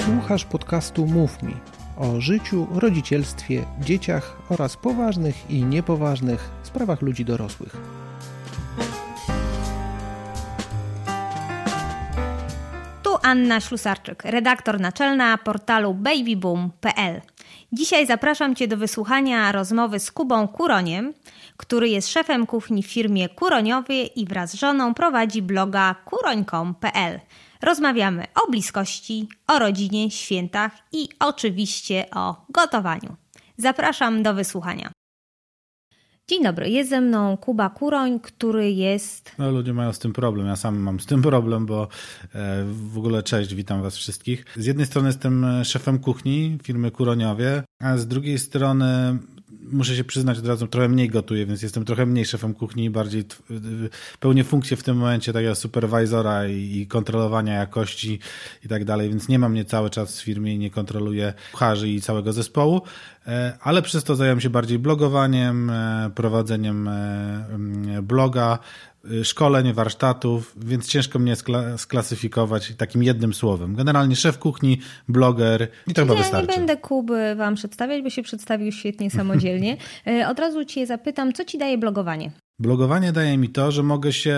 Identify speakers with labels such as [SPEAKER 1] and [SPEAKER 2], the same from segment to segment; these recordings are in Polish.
[SPEAKER 1] Słuchasz podcastu Mów Mi o życiu, rodzicielstwie, dzieciach oraz poważnych i niepoważnych sprawach ludzi dorosłych.
[SPEAKER 2] Tu Anna Ślusarczyk, redaktor naczelna portalu babyboom.pl. Dzisiaj zapraszam Cię do wysłuchania rozmowy z Kubą Kuroniem, który jest szefem kuchni w firmie Kuroniowie i wraz z żoną prowadzi bloga kuroń.com.pl. Rozmawiamy o bliskości, o rodzinie, świętach i oczywiście o gotowaniu. Zapraszam do wysłuchania. Dzień dobry, jest ze mną Kuba Kuroń, który jest...
[SPEAKER 3] No, ludzie mają z tym problem, ja sam mam z tym problem, bo w ogóle cześć, witam was wszystkich. Z jednej strony jestem szefem kuchni firmy Kuroniowie, a z drugiej strony muszę się przyznać od razu, trochę mniej gotuję, więc jestem trochę mniej szefem kuchni, bardziej pełnię funkcję w tym momencie takiego superwajzora i kontrolowania jakości i tak dalej, więc nie mam mnie cały czas w firmie i nie kontroluję kucharzy i całego zespołu, ale przez to zająłem się bardziej blogowaniem, prowadzeniem bloga, szkoleń, warsztatów, więc ciężko mnie sklasyfikować takim jednym słowem. Generalnie szef kuchni, bloger i to chyba wystarczy.
[SPEAKER 2] Ja nie będę Kuby wam przedstawiać, bo się przedstawił świetnie samodzielnie. Od razu cię zapytam, co ci daje blogowanie?
[SPEAKER 3] Blogowanie daje mi to, że mogę się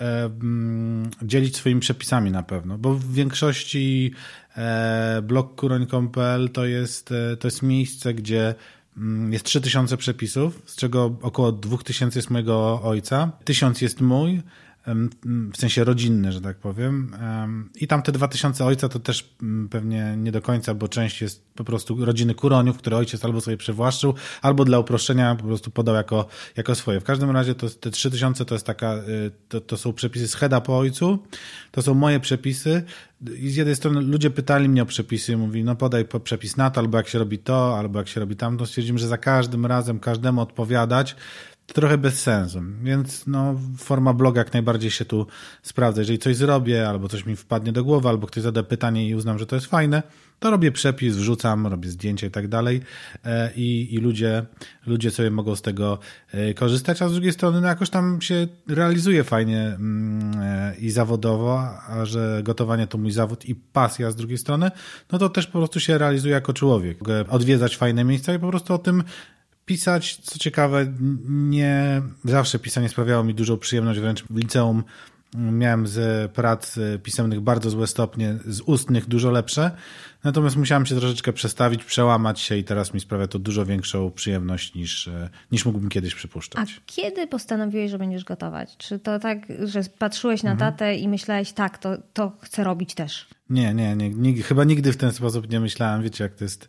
[SPEAKER 3] dzielić swoimi przepisami na pewno, bo w większości blog kuroń.com.pl to jest miejsce, gdzie jest 3000 przepisów, z czego około 2000 jest mojego ojca, 1000 jest mój, w sensie rodzinny, że tak powiem. I tam te 2000 ojca to też pewnie nie do końca, bo część jest po prostu rodziny Kuroniów, które ojciec albo sobie przywłaszczył, albo dla uproszczenia po prostu podał jako swoje. W każdym razie te 3000 to jest to są przepisy z heada po ojcu, to są moje przepisy. I z jednej strony ludzie pytali mnie o przepisy i mówi, no podaj przepis na to, albo jak się robi to, albo jak się robi tamto. Stwierdziłem, że za każdym razem każdemu odpowiadać to trochę bez sensu, więc forma bloga jak najbardziej się tu sprawdza. Jeżeli coś zrobię, albo coś mi wpadnie do głowy, albo ktoś zada pytanie i uznam, że to jest fajne, to robię przepis, wrzucam, robię zdjęcia i tak dalej i ludzie sobie mogą z tego korzystać, a z drugiej strony jakoś tam się realizuje fajnie i zawodowo, a że gotowanie to mój zawód i pasja z drugiej strony, no to też po prostu się realizuję jako człowiek. Mogę odwiedzać fajne miejsca i po prostu o tym pisać. Co ciekawe, nie zawsze pisanie sprawiało mi dużą przyjemność, wręcz w liceum miałem z prac pisemnych bardzo złe stopnie, z ustnych dużo lepsze, natomiast musiałem się troszeczkę przestawić, przełamać się i teraz mi sprawia to dużo większą przyjemność niż mógłbym kiedyś przypuszczać.
[SPEAKER 2] A kiedy postanowiłeś, że będziesz gotować? Czy to tak, że patrzyłeś na tatę i myślałeś, tak, to chcę robić też?
[SPEAKER 3] Nie. Chyba nigdy w ten sposób nie myślałem. Wiecie, jak to jest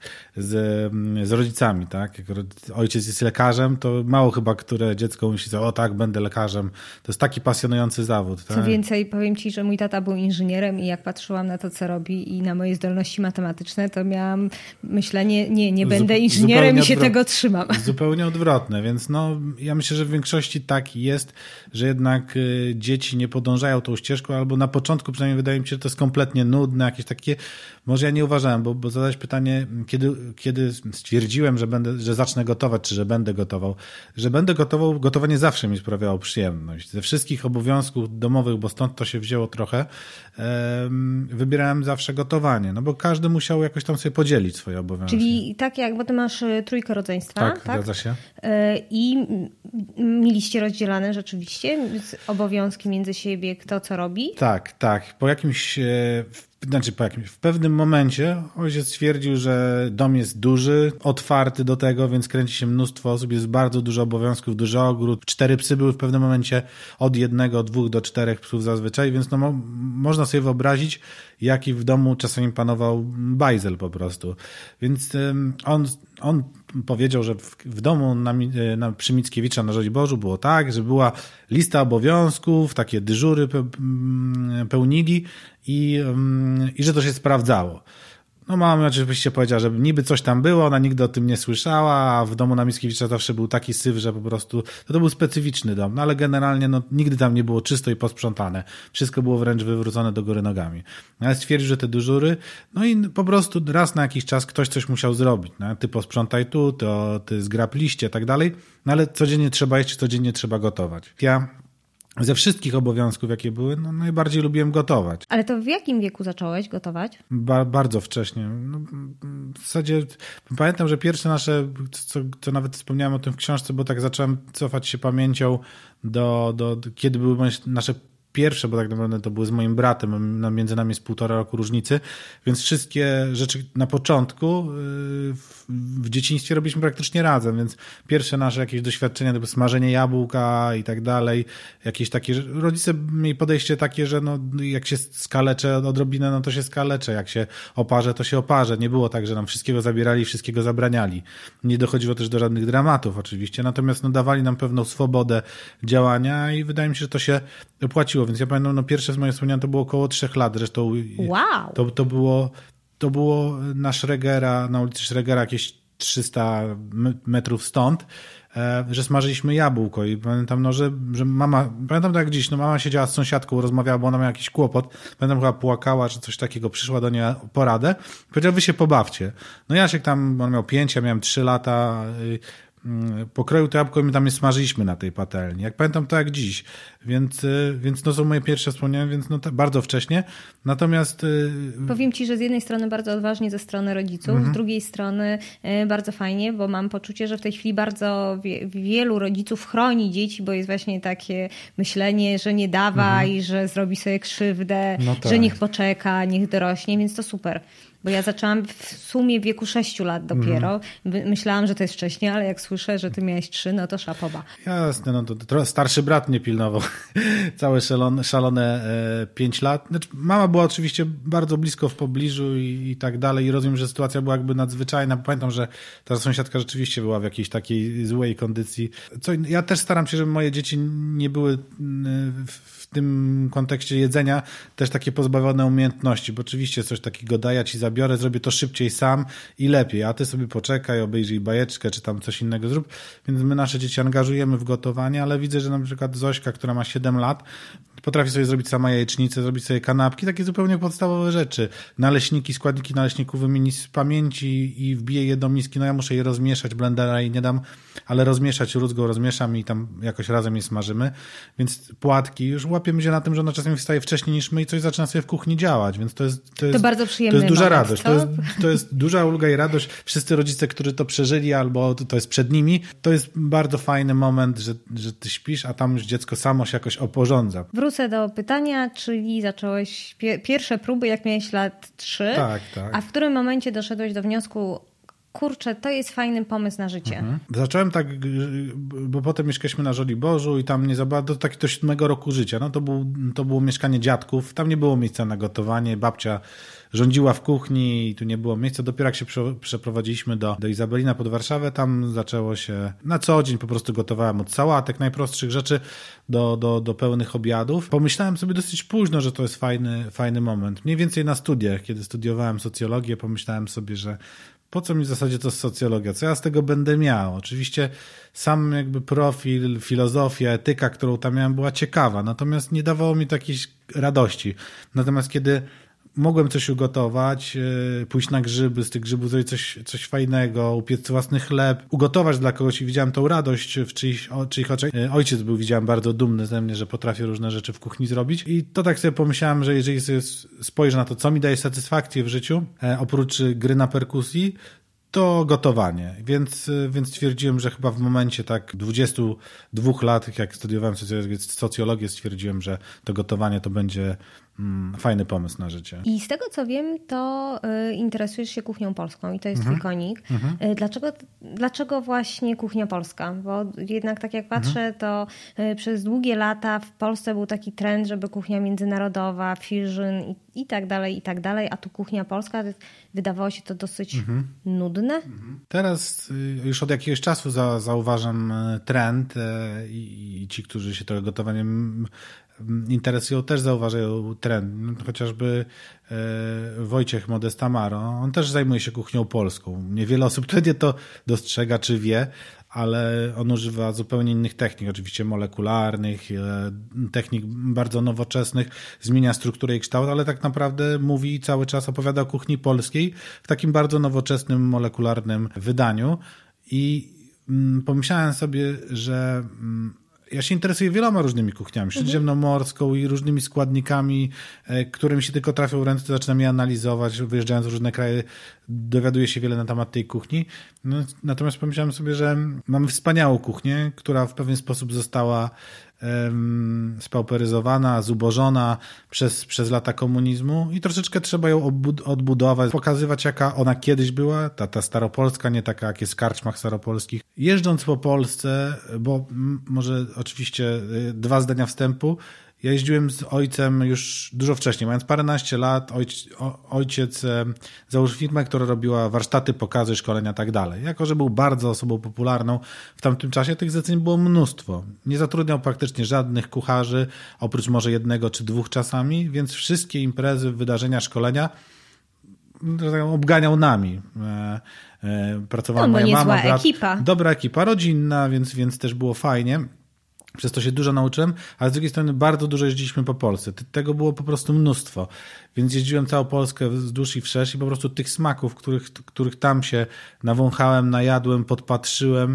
[SPEAKER 3] z rodzicami, tak? Jak ojciec jest lekarzem, to mało chyba, które dziecko myśli, o tak, będę lekarzem. To jest taki pasjonujący zawód. Tak?
[SPEAKER 2] Co więcej, powiem ci, że mój tata był inżynierem i jak patrzyłam na to, co robi i na moje zdolności matematyczne, to miałam myślenie, nie będę inżynierem i się tego trzymam.
[SPEAKER 3] Zupełnie odwrotne, więc ja myślę, że w większości tak jest, że jednak dzieci nie podążają tą ścieżką, albo na początku przynajmniej wydaje mi się, że to jest kompletnie nudne, jakieś takie, może ja nie uważałem, bo zadałeś pytanie, kiedy stwierdziłem, że zacznę gotować, czy że będę gotował. Że będę gotował, gotowanie zawsze mi sprawiało przyjemność. Ze wszystkich obowiązków domowych, bo stąd to się wzięło trochę, wybierałem zawsze gotowanie, bo każdy musiał jakoś tam sobie podzielić swoje obowiązki.
[SPEAKER 2] Czyli tak jak, bo ty masz trójkę rodzeństwa,
[SPEAKER 3] tak? Zgadza się.
[SPEAKER 2] I mieliście rozdzielane rzeczywiście obowiązki między siebie, kto co robi?
[SPEAKER 3] Tak. W pewnym momencie ojciec stwierdził, że dom jest duży, otwarty do tego, więc kręci się mnóstwo osób, jest bardzo dużo obowiązków, duży ogród. 4 psy były w pewnym momencie od 1, 2 do 4 psów zazwyczaj, więc można sobie wyobrazić, jaki w domu czasami panował bajzel po prostu. Więc on powiedział, że w domu przy Mickiewicza na Żoliborzu było tak, że była lista obowiązków, takie dyżury pełnili i że to się sprawdzało. Mama mi oczywiście powiedziała, że niby coś tam było, ona nigdy o tym nie słyszała, a w domu na Mickiewicza zawsze był taki syf, że po prostu to był specyficzny dom, ale generalnie nigdy tam nie było czysto i posprzątane. Wszystko było wręcz wywrócone do góry nogami. Ale stwierdził, że te dyżury, i po prostu raz na jakiś czas ktoś coś musiał zrobić. Ty posprzątaj tu, ty zgrab liście i tak dalej, ale codziennie trzeba jeść, codziennie trzeba gotować. Ja ze wszystkich obowiązków, jakie były, no najbardziej lubiłem gotować.
[SPEAKER 2] Ale to w jakim wieku zacząłeś gotować?
[SPEAKER 3] Bardzo wcześnie. No, w zasadzie pamiętam, że pierwsze nasze, co nawet wspomniałem o tym w książce, bo tak zacząłem cofać się pamięcią do kiedy były nasze pierwsze, bo tak naprawdę to były z moim bratem, między nami jest 1,5 roku różnicy, więc wszystkie rzeczy na początku w dzieciństwie robiliśmy praktycznie razem, więc pierwsze nasze jakieś doświadczenia, typu smażenie jabłka i tak dalej, jakieś takie, rodzice mieli podejście takie, że no, jak się skaleczę odrobinę, no to się skaleczę, jak się oparzę, to się oparzę. Nie było tak, że nam wszystkiego zabierali, wszystkiego zabraniali. Nie dochodziło też do żadnych dramatów oczywiście, natomiast no, dawali nam pewną swobodę działania i wydaje mi się, że to się opłaciło. Więc ja pamiętam, no pierwsze z moich wspomnienia to było około 3 lat. Zresztą
[SPEAKER 2] wow.
[SPEAKER 3] To było na Schregera, na ulicy Schregera jakieś 300 metrów stąd, że smażyliśmy jabłko i pamiętam, no, że mama, pamiętam to jak dziś, no mama siedziała z sąsiadką, rozmawiała, bo ona miała jakiś kłopot, pamiętam, chyba płakała, czy coś takiego, przyszła do niej poradę, powiedziała, wy się pobawcie. No Jasiek tam, on miał 5, ja miałem 3 lata, pokroił to jabłko i my tam je smażyliśmy na tej patelni. Jak pamiętam to jak dziś. Więc to są moje pierwsze wspomnienia, więc no bardzo wcześnie. Natomiast...
[SPEAKER 2] Powiem ci, że z jednej strony bardzo odważnie ze strony rodziców, z drugiej strony bardzo fajnie, bo mam poczucie, że w tej chwili bardzo wielu rodziców chroni dzieci, bo jest właśnie takie myślenie, że nie dawaj, że zrobi sobie krzywdę,
[SPEAKER 3] no tak,
[SPEAKER 2] że niech poczeka, niech dorośnie, więc to super. Bo ja zaczęłam w sumie w wieku 6 lat dopiero. Myślałam, że to jest wcześniej, ale jak słyszę, że ty miałeś 3, no to szapoba.
[SPEAKER 3] Jasne, no to starszy brat mnie pilnował. Całe szalone 5 lat. Znaczy, mama była oczywiście bardzo blisko w pobliżu i tak dalej i rozumiem, że sytuacja była jakby nadzwyczajna. Pamiętam, że ta sąsiadka rzeczywiście była w jakiejś takiej złej kondycji. Ja też staram się, żeby moje dzieci nie były w tym kontekście jedzenia też takie pozbawione umiejętności, bo oczywiście coś takiego daję, ja ci zabiorę, zrobię to szybciej sam i lepiej, a ty sobie poczekaj, obejrzyj bajeczkę, czy tam coś innego zrób. Więc my nasze dzieci angażujemy w gotowanie, ale widzę, że na przykład Zośka, która ma 7 lat, potrafi sobie zrobić sama jajecznicę, zrobić sobie kanapki, takie zupełnie podstawowe rzeczy. Naleśniki, składniki naleśników wymienić z pamięci i wbiję je do miski. No ja muszę je rozmieszać, blendera jej nie dam, ale rozmieszać, rózgą rozmieszam i tam jakoś razem je smażymy. Więc płatki, już łapiemy się na tym, że ona czasami wstaje wcześniej niż my i coś zaczyna sobie w kuchni działać, więc to jest
[SPEAKER 2] bardzo przyjemne.
[SPEAKER 3] To jest duża radość. To jest duża ulga i radość. Wszyscy rodzice, którzy to przeżyli albo to jest przed nimi, to jest bardzo fajny moment, że ty śpisz, a tam już dziecko samo się jakoś oporządza.
[SPEAKER 2] Wrócę do pytania, czyli zacząłeś pierwsze próby, jak miałeś lat 3.
[SPEAKER 3] Tak.
[SPEAKER 2] A w którym momencie doszedłeś do wniosku, kurczę, to jest fajny pomysł na życie?
[SPEAKER 3] Zacząłem tak, bo potem mieszkaliśmy na Żoliborzu i tam nie za bardzo, do 7 roku życia. No to było mieszkanie dziadków, tam nie było miejsca na gotowanie, babcia rządziła w kuchni i tu nie było miejsca. Dopiero jak się przeprowadziliśmy do Izabelina pod Warszawę, tam zaczęło się na co dzień po prostu gotowałem od sałatek, najprostszych rzeczy do pełnych obiadów. Pomyślałem sobie dosyć późno, że to jest fajny moment. Mniej więcej na studiach, kiedy studiowałem socjologię, pomyślałem sobie, że po co mi w zasadzie to socjologia? Co ja z tego będę miał? Oczywiście sam jakby profil, filozofia, etyka, którą tam miałem, była ciekawa, natomiast nie dawało mi takiej radości. Natomiast kiedy mogłem coś ugotować, pójść na grzyby, z tych grzybów zrobić coś fajnego, upiec własny chleb, ugotować dla kogoś i widziałem tą radość w czyich oczach. Ojciec był, widziałem, bardzo dumny ze mnie, że potrafię różne rzeczy w kuchni zrobić i to tak sobie pomyślałem, że jeżeli sobie spojrzę na to, co mi daje satysfakcję w życiu, oprócz gry na perkusji, to gotowanie. Więc stwierdziłem, że chyba w momencie tak 22 lat, jak studiowałem socjologię, stwierdziłem, że to gotowanie to będzie fajny pomysł na życie.
[SPEAKER 2] I z tego co wiem, to interesujesz się kuchnią polską i to jest twój konik. Dlaczego właśnie kuchnia polska? Bo jednak tak jak patrzę, to przez długie lata w Polsce był taki trend, żeby kuchnia międzynarodowa, fusion i tak dalej, a tu kuchnia polska, wydawało się to dosyć nudne. Teraz
[SPEAKER 3] już od jakiegoś czasu zauważam trend i ci, którzy się trochę gotowaniem interesują, też zauważają trend. Chociażby Wojciech Modesta Maro, on też zajmuje się kuchnią polską. Niewiele osób wtedy to dostrzega czy wie, ale on używa zupełnie innych technik, oczywiście molekularnych, technik bardzo nowoczesnych, zmienia strukturę i kształt, ale tak naprawdę mówi i cały czas opowiada o kuchni polskiej w takim bardzo nowoczesnym, molekularnym wydaniu. I pomyślałem sobie, że ja się interesuję wieloma różnymi kuchniami, śródziemnomorską i różnymi składnikami, które mi się tylko trafią w ręce, to zaczynam je analizować, wyjeżdżając w różne kraje, dowiaduję się wiele na temat tej kuchni. No, natomiast pomyślałem sobie, że mamy wspaniałą kuchnię, która w pewien sposób została spauperyzowana, zubożona przez lata komunizmu i troszeczkę trzeba ją odbudować, pokazywać jaka ona kiedyś była, ta staropolska, nie taka jak jest w karczmach staropolskich. Jeżdżąc po Polsce, bo może oczywiście 2 zdania wstępu, ja jeździłem z ojcem już dużo wcześniej, mając paręnaście lat. Ojciec założył firmę, która robiła warsztaty, pokazy, szkolenia i tak dalej. Jako że był bardzo osobą popularną w tamtym czasie, tych zleceń było mnóstwo. Nie zatrudniał praktycznie żadnych kucharzy, oprócz może 1 czy 2 czasami, więc wszystkie imprezy, wydarzenia, szkolenia obganiał nami. Pracowała moja mama, brat.
[SPEAKER 2] Ekipa.
[SPEAKER 3] Dobra ekipa, rodzinna, więc też było fajnie. Przez to się dużo nauczyłem, ale z drugiej strony bardzo dużo jeździliśmy po Polsce. Tego było po prostu mnóstwo. Więc jeździłem całą Polskę wzdłuż i wszerz i po prostu tych smaków, których tam się nawąchałem, najadłem, podpatrzyłem,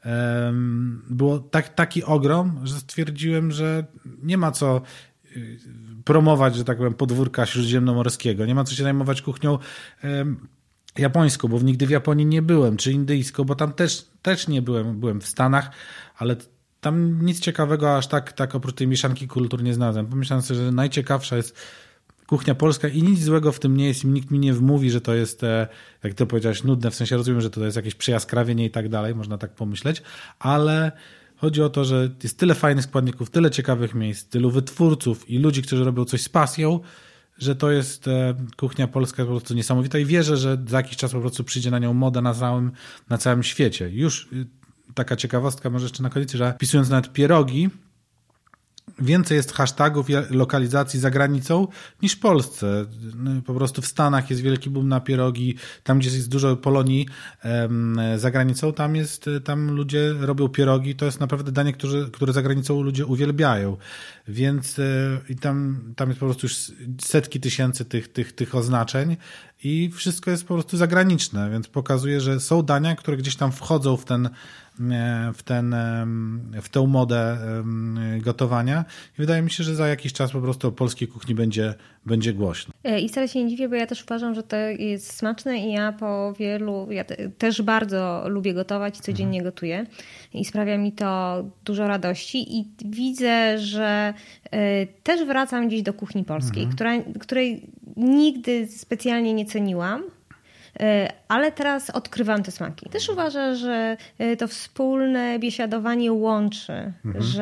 [SPEAKER 3] było taki ogrom, że stwierdziłem, że nie ma co promować, że tak powiem, podwórka śródziemnomorskiego. Nie ma co się zajmować kuchnią japońską, bo nigdy w Japonii nie byłem, czy indyjską, bo tam też nie byłem. Byłem w Stanach, ale tam nic ciekawego aż tak oprócz tej mieszanki kultur nie znalazłem. Pomyślałem sobie, że najciekawsza jest kuchnia polska i nic złego w tym nie jest i nikt mi nie wmówi, że to jest, jak ty powiedziałeś, nudne, w sensie rozumiem, że to jest jakieś przejaskrawienie i tak dalej, można tak pomyśleć, ale chodzi o to, że jest tyle fajnych składników, tyle ciekawych miejsc, tylu wytwórców i ludzi, którzy robią coś z pasją, że to jest kuchnia polska po prostu niesamowita i wierzę, że za jakiś czas po prostu przyjdzie na nią moda na całym świecie. Już taka ciekawostka może jeszcze na koniec, że wpisując nawet pierogi, więcej jest hashtagów i lokalizacji za granicą niż w Polsce. Po prostu w Stanach jest wielki boom na pierogi, tam gdzie jest dużo Polonii za granicą, tam ludzie robią pierogi, to jest naprawdę danie, które za granicą ludzie uwielbiają. Więc i tam jest po prostu już setki tysięcy tych oznaczeń i wszystko jest po prostu zagraniczne, więc pokazuje, że są dania, które gdzieś tam wchodzą w tę modę gotowania i wydaje mi się, że za jakiś czas po prostu o polskiej kuchni będzie głośno.
[SPEAKER 2] I wcale się nie dziwię, bo ja też uważam, że to jest smaczne i ja też bardzo lubię gotować i codziennie gotuję i sprawia mi to dużo radości i widzę, że też wracam gdzieś do kuchni polskiej, której nigdy specjalnie nie ceniłam, ale teraz odkrywam te smaki. Też uważam, że to wspólne biesiadowanie łączy,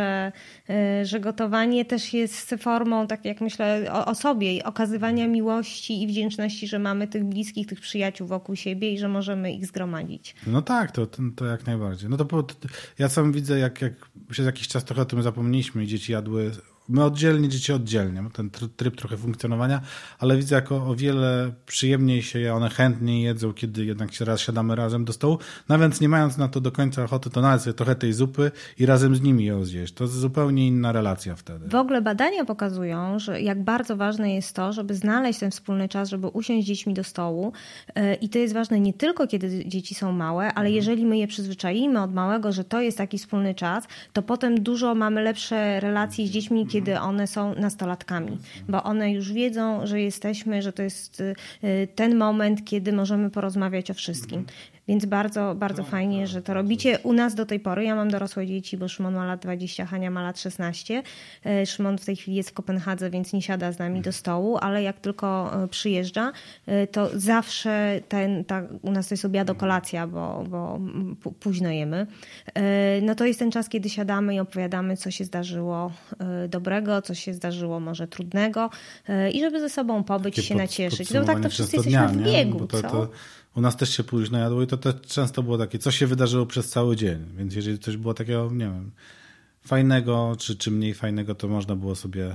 [SPEAKER 2] że gotowanie też jest formą, tak jak myślę o sobie, okazywania miłości i wdzięczności, że mamy tych bliskich, tych przyjaciół wokół siebie i że możemy ich zgromadzić.
[SPEAKER 3] No tak, to jak najbardziej. No to ja sam widzę, jak przez jakiś czas trochę o tym zapomnieliśmy i dzieci jadły. My oddzielnie, dzieci oddzielnie, ten tryb trochę funkcjonowania, ale widzę, jak o wiele przyjemniej się je, one chętniej jedzą, kiedy jednak się siadamy razem do stołu, nawet nie mając na to do końca ochoty, to nawet sobie trochę tej zupy i razem z nimi ją zjeść. To jest zupełnie inna relacja wtedy.
[SPEAKER 2] W ogóle badania pokazują, że jak bardzo ważne jest to, żeby znaleźć ten wspólny czas, żeby usiąść z dziećmi do stołu i to jest ważne nie tylko, kiedy dzieci są małe, ale jeżeli my je przyzwyczaimy od małego, że to jest taki wspólny czas, to potem dużo mamy lepsze relacje z dziećmi, kiedy one są nastolatkami, bo one już wiedzą, że że to jest ten moment, kiedy możemy porozmawiać o wszystkim. Więc bardzo, bardzo fajnie, że to robicie u nas do tej pory. Ja mam dorosłe dzieci, bo Szymon ma lat 20, Hania ma lat 16. Szymon w tej chwili jest w Kopenhadze, więc nie siada z nami do stołu, ale jak tylko przyjeżdża, to zawsze u nas to jest obiado-kolacja, bo późno jemy. No to jest ten czas, kiedy siadamy i opowiadamy, co się zdarzyło dobrego, co się zdarzyło może trudnego i żeby ze sobą pobyć, się nacieszyć. No tak to wszyscy jesteśmy w biegu, co?
[SPEAKER 3] U nas też się późno jadło i to też często było takie, co się wydarzyło przez cały dzień. Więc jeżeli coś było takiego, nie wiem, fajnego czy mniej fajnego, to można było sobie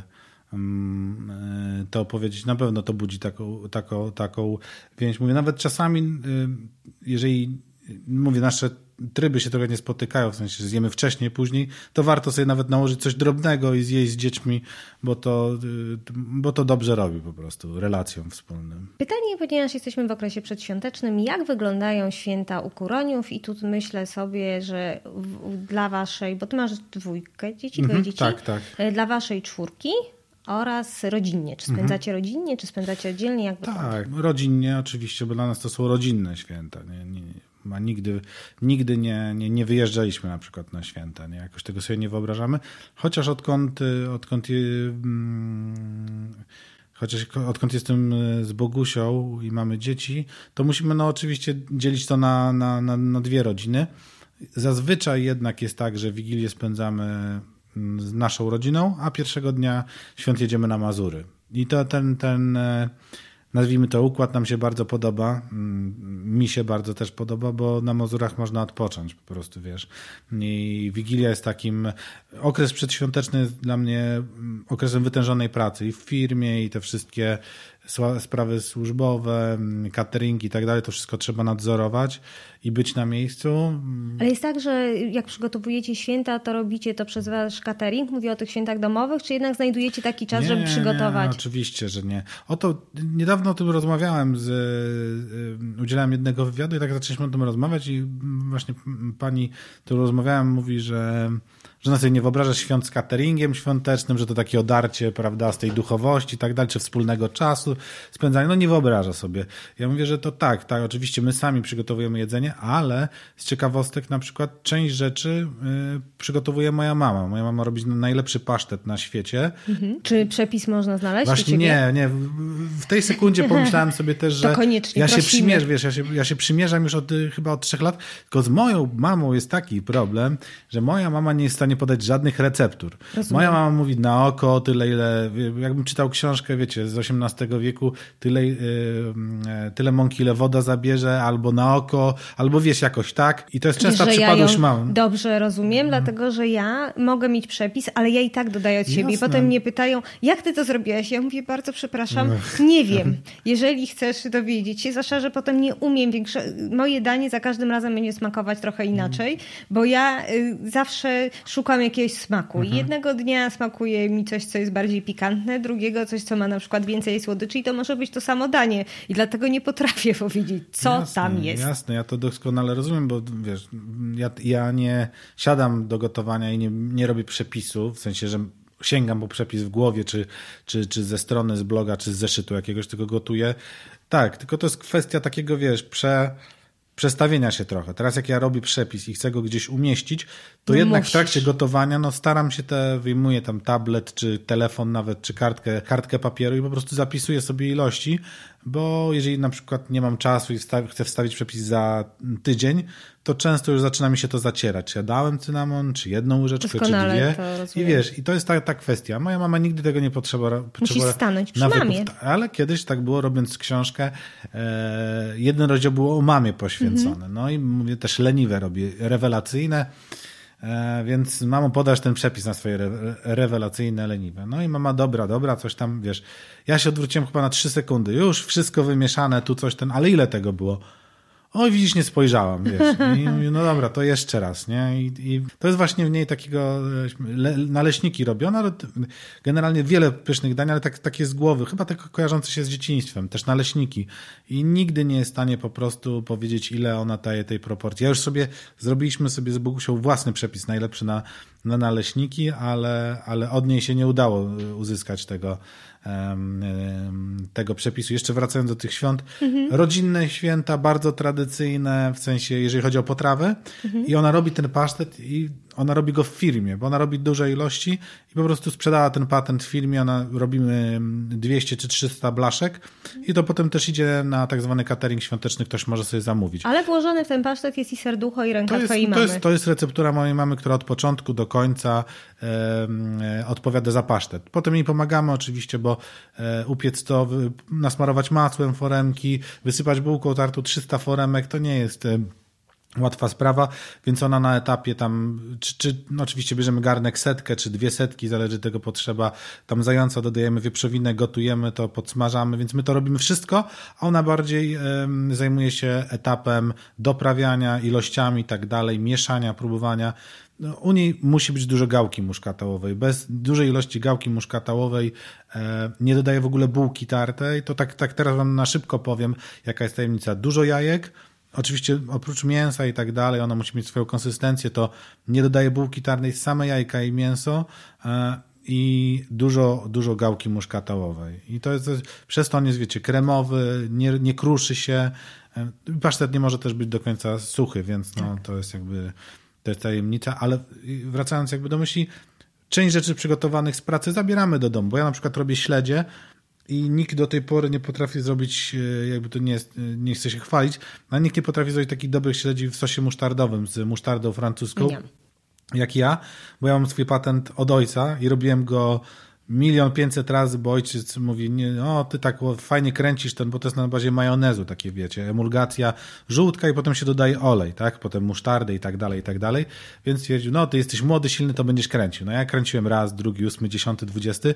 [SPEAKER 3] to opowiedzieć. Na pewno to budzi taką więź. Mówię, nawet czasami, jeżeli mówię, nasze tryby się trochę nie spotykają, w sensie, że zjemy wcześniej, później, to warto sobie nawet nałożyć coś drobnego i zjeść z dziećmi, bo to dobrze robi po prostu relacjom wspólnym.
[SPEAKER 2] Pytanie, ponieważ jesteśmy w okresie przedświątecznym, jak wyglądają święta u Kuroniów? I tu myślę sobie, że dla waszej, bo ty masz dwoje dzieci,
[SPEAKER 3] tak.
[SPEAKER 2] Dla waszej 4 oraz rodzinnie. Czy spędzacie rodzinnie, czy spędzacie oddzielnie? Jak
[SPEAKER 3] tak, rodzinnie oczywiście, bo dla nas to są rodzinne święta. Nigdy nie wyjeżdżaliśmy na przykład na święta. Nie? Jakoś tego sobie nie wyobrażamy. Chociaż odkąd jestem z Bogusią i mamy dzieci, to musimy oczywiście dzielić to na 2 rodziny. Zazwyczaj jednak jest tak, że Wigilię spędzamy z naszą rodziną, a pierwszego dnia świąt jedziemy na Mazury. I to ten nazwijmy to układ nam się bardzo podoba. Mi się bardzo też podoba, bo na Mazurach można odpocząć po prostu, wiesz. I Wigilia jest takim... Okres przedświąteczny jest dla mnie okresem wytężonej pracy i w firmie, i te wszystkie sprawy służbowe, cateringi i tak dalej, to wszystko trzeba nadzorować i być na miejscu.
[SPEAKER 2] Ale jest tak, że jak przygotowujecie święta, to robicie to przez wasz catering? Mówię o tych świętach domowych, czy jednak znajdujecie taki czas, żeby przygotować?
[SPEAKER 3] Nie, oczywiście, że nie. Niedawno o tym rozmawiałem, udzielałem jednego wywiadu i tak zaczęliśmy o tym rozmawiać i właśnie pani, którą rozmawiałem, mówi, że ona sobie nie wyobraża świąt z cateringiem świątecznym, że to takie odarcie, prawda, z tej duchowości i tak dalej, czy wspólnego czasu spędzania. Nie wyobraża sobie. Ja mówię, że to tak, oczywiście my sami przygotowujemy jedzenie, ale z ciekawostek na przykład część rzeczy przygotowuje moja mama. Moja mama robi najlepszy pasztet na świecie.
[SPEAKER 2] Czy przepis można znaleźć?
[SPEAKER 3] Właśnie nie. W tej sekundzie pomyślałem sobie też, że ja się przymierzam już chyba od 3 lat, tylko z moją mamą jest taki problem, że moja mama nie jest w stanie podać żadnych receptur. Rozumiem. Moja mama mówi na oko tyle, ile... Jakbym czytał książkę, wiecie, z XVIII wieku, tyle mąki, ile woda zabierze, albo na oko, albo wiesz, jakoś tak. I to jest częsta przypadłość mam.
[SPEAKER 2] Dobrze rozumiem, dlatego że ja mogę mieć przepis, ale ja i tak dodaję od siebie. Potem mnie pytają, jak ty to zrobiłaś? Ja mówię, bardzo przepraszam, nie wiem. Jeżeli chcesz dowiedzieć się, zwłaszcza, że potem nie umiem moje danie za każdym razem będzie smakować trochę inaczej, bo ja zawsze szukam jakiegoś smaku. I jednego dnia smakuje mi coś, co jest bardziej pikantne, drugiego coś, co ma na przykład więcej słodyczy i to może być to samo danie. I dlatego nie potrafię powiedzieć, co tam jest.
[SPEAKER 3] Jasne, ja to doskonale rozumiem, bo wiesz, ja nie siadam do gotowania i nie robię przepisu, w sensie, że sięgam po przepis w głowie, czy ze strony, z bloga, czy z zeszytu jakiegoś, tylko gotuję. Tak, tylko to jest kwestia takiego, wiesz, przestawienia się trochę. Teraz jak ja robię przepis i chcę go gdzieś umieścić, to jednak w trakcie gotowania staram się wyjmuję tam tablet, czy telefon nawet, czy kartkę papieru i po prostu zapisuję sobie ilości, bo jeżeli na przykład nie mam czasu i chcę wstawić przepis za tydzień, to często już zaczyna mi się to zacierać. Czy ja dałem cynamon, czy 1 łyżeczkę, czy 2. I wiesz, i to jest ta kwestia. Moja mama nigdy tego nie potrzebowała.
[SPEAKER 2] Musisz stanąć przy mamie.
[SPEAKER 3] Ale kiedyś tak było, robiąc książkę, jeden rozdział było o mamie poświęcony. No i mówię, też leniwe robię, rewelacyjne. Więc mamo, podasz ten przepis na swoje rewelacyjne, leniwe. No i mama, dobra, coś tam, wiesz. Ja się odwróciłem chyba na 3 sekundy. Już wszystko wymieszane, tu coś ale ile tego było? Oj, widzisz, nie spojrzałam, wiesz. I mówię, no dobra, to jeszcze raz, nie? I to jest właśnie w niej takiego naleśniki robione, ale generalnie wiele pysznych dań, ale takie z głowy, chyba tak kojarzące się z dzieciństwem, też naleśniki. I nigdy nie jest w stanie po prostu powiedzieć, ile ona daje tej proporcji. Ja już zrobiliśmy sobie z Bogusią własny przepis, najlepszy na naleśniki, ale od niej się nie udało uzyskać tego przepisu. Jeszcze wracając do tych świąt, rodzinne święta, bardzo tradycyjne, w sensie, jeżeli chodzi o potrawę i ona robi ten pasztet i ona robi go w firmie, bo ona robi duże ilości i po prostu sprzedała ten patent w firmie, robimy 200 czy 300 blaszek i to potem też idzie na tak zwany catering świąteczny, ktoś może sobie zamówić.
[SPEAKER 2] Ale włożony w ten pasztet jest i serducho, i ręka twojej mamy.
[SPEAKER 3] To jest receptura mojej mamy, która od początku do końca odpowiada za pasztet. Potem jej pomagamy oczywiście, bo upiec to, nasmarować masłem foremki, wysypać bułką tartu 300 foremek, to nie jest łatwa sprawa, więc ona na etapie tam, no oczywiście bierzemy garnek 100 czy 200, zależy tego potrzeba, tam zająca dodajemy wieprzowinę, gotujemy to, podsmażamy, więc my to robimy wszystko, a ona bardziej zajmuje się etapem doprawiania, ilościami i tak dalej, mieszania, próbowania. No, u niej musi być dużo gałki muszkatałowej. Bez dużej ilości gałki muszkatałowej nie dodaję w ogóle bułki tartej. To tak teraz wam na szybko powiem, jaka jest tajemnica. Dużo jajek, oczywiście oprócz mięsa i tak dalej, ona musi mieć swoją konsystencję, to nie dodaję bułki tarnej, same jajka i mięso i dużo gałki muszkatałowej. I to jest, przez to on jest, wiecie, kremowy, nie kruszy się. Pasztet nie może też być do końca suchy, więc no, to jest jakby... To jest tajemnica, ale wracając jakby do myśli, część rzeczy przygotowanych z pracy zabieramy do domu, bo ja na przykład robię śledzie i nikt do tej pory nie potrafi zrobić, jakby to nie chce się chwalić, ale nikt nie potrafi zrobić takich dobrych śledzi w sosie musztardowym z musztardą francuską, jak ja, bo ja mam swój patent od ojca i robiłem go 1,500,000 razy, bo ojciec mówi, ty tak fajnie kręcisz ten, bo to jest na bazie majonezu, takie wiecie, emulgacja żółtka i potem się dodaje olej, tak, potem musztardę i tak dalej, więc stwierdził, ty jesteś młody, silny, to będziesz kręcił. No ja kręciłem raz, drugi, 8, 10, 20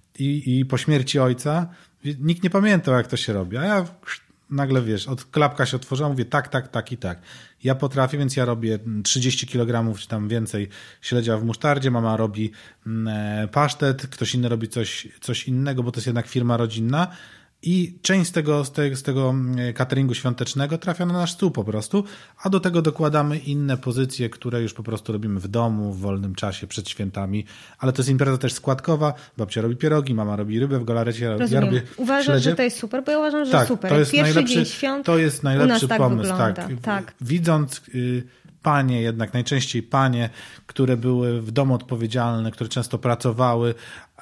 [SPEAKER 3] i po śmierci ojca nikt nie pamiętał, jak to się robi, a ja nagle, wiesz, od klapka się otworzyła, mówię tak i tak. Ja potrafię, więc ja robię 30 kg czy tam więcej śledzia w musztardzie, mama robi pasztet, ktoś inny robi coś innego, bo to jest jednak firma rodzinna i część z tego cateringu świątecznego trafia na nasz stół po prostu, a do tego dokładamy inne pozycje, które już po prostu robimy w domu, w wolnym czasie, przed świętami, ale to jest impreza też składkowa, babcia robi pierogi, mama robi rybę w galarecie, ja robię
[SPEAKER 2] Uważasz,
[SPEAKER 3] śledzie.
[SPEAKER 2] że to jest super, bo ja uważam, że
[SPEAKER 3] tak,
[SPEAKER 2] super.
[SPEAKER 3] To jest
[SPEAKER 2] Pierwszy dzień świąt
[SPEAKER 3] to jest najlepszy pomysł.
[SPEAKER 2] Tak.
[SPEAKER 3] Widząc panie, jednak najczęściej panie, które były w domu odpowiedzialne, które często pracowały,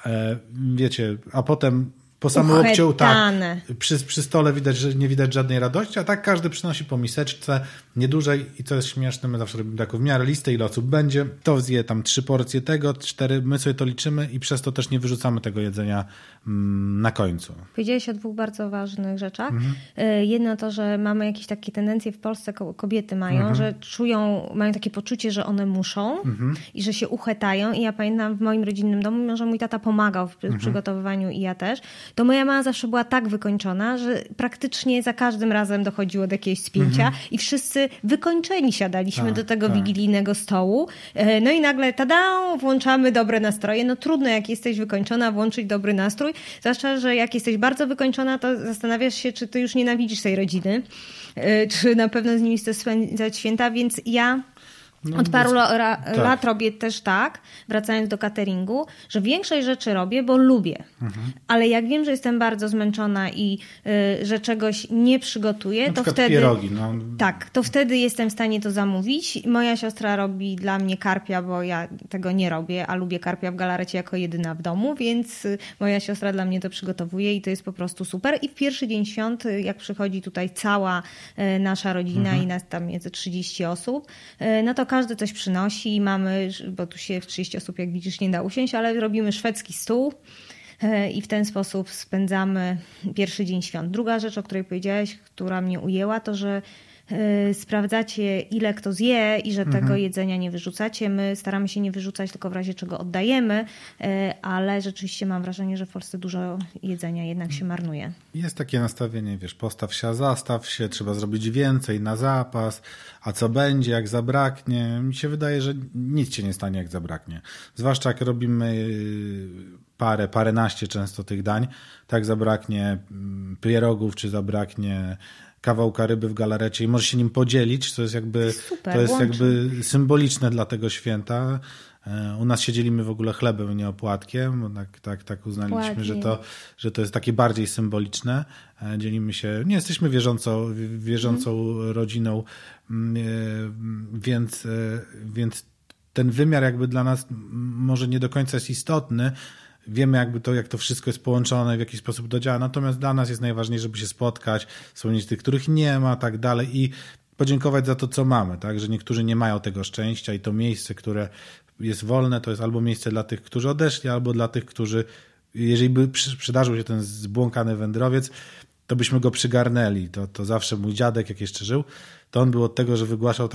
[SPEAKER 3] wiecie, a potem po samolubciu, przy stole widać, że nie widać żadnej radości, a tak każdy przynosi po miseczce, nie dłużej i co jest śmieszne, my zawsze robimy taką w miarę listę, ile osób będzie, to zje tam 3 porcje tego, 4, my sobie to liczymy i przez to też nie wyrzucamy tego jedzenia na końcu.
[SPEAKER 2] Powiedziałeś o 2 bardzo ważnych rzeczach. Jedno to, że mamy jakieś takie tendencje w Polsce, kobiety mają, że mają takie poczucie, że one muszą i że się uchetają i ja pamiętam w moim rodzinnym domu, mimo że mój tata pomagał w przygotowywaniu i ja też, to moja mama zawsze była tak wykończona, że praktycznie za każdym razem dochodziło do jakiegoś spięcia i wszyscy wykończeni siadaliśmy do tego wigilijnego stołu. No i nagle włączamy dobre nastroje. No trudno, jak jesteś wykończona, włączyć dobry nastrój. Zwłaszcza, że jak jesteś bardzo wykończona, to zastanawiasz się, czy ty już nienawidzisz tej rodziny, czy na pewno z nimi chcesz spędzać święta, więc ja... Od paru lat robię też tak, wracając do cateringu, że większość rzeczy robię, bo lubię. Ale jak wiem, że jestem bardzo zmęczona i że czegoś nie przygotuję, to wtedy...
[SPEAKER 3] pierogi,
[SPEAKER 2] Tak, to wtedy jestem w stanie to zamówić. Moja siostra robi dla mnie karpia, bo ja tego nie robię, a lubię karpia w galarecie jako jedyna w domu, więc moja siostra dla mnie to przygotowuje i to jest po prostu super. I w pierwszy dzień świąt, jak przychodzi tutaj cała nasza rodzina i nas tam między 30 osób, no to każdy coś przynosi i mamy, bo tu się w 30 osób, jak widzisz, nie da usiąść, ale robimy szwedzki stół i w ten sposób spędzamy pierwszy dzień świąt. Druga rzecz, o której powiedziałeś, która mnie ujęła, to że sprawdzacie, ile kto zje i że tego jedzenia nie wyrzucacie. My staramy się nie wyrzucać, tylko w razie czego oddajemy, ale rzeczywiście mam wrażenie, że w Polsce dużo jedzenia jednak się marnuje.
[SPEAKER 3] Jest takie nastawienie, wiesz, postaw się, a zastaw się, trzeba zrobić więcej na zapas, a co będzie, jak zabraknie. Mi się wydaje, że nic się nie stanie, jak zabraknie. Zwłaszcza jak robimy paręnaście często tych dań, tak zabraknie pierogów, czy zabraknie kawałka ryby w galarecie i możesz się nim podzielić, to jest jakby, jakby symboliczne dla tego święta. U nas się dzielimy w ogóle chlebem, nie opłatkiem, bo tak uznaliśmy, że to jest takie bardziej symboliczne. Dzielimy się, nie jesteśmy wierzącą rodziną, więc ten wymiar jakby dla nas może nie do końca jest istotny. Wiemy jak to wszystko jest połączone, w jaki sposób to działa, natomiast dla nas jest najważniejsze, żeby się spotkać, wspomnieć tych, których nie ma, tak dalej i podziękować za to, co mamy, tak, że niektórzy nie mają tego szczęścia i to miejsce, które jest wolne, to jest albo miejsce dla tych, którzy odeszli, albo dla tych, którzy, jeżeli by przydarzył się ten zbłąkany wędrowiec, to byśmy go przygarnęli. To zawsze mój dziadek, jak jeszcze żył, to on był od tego, że wygłaszał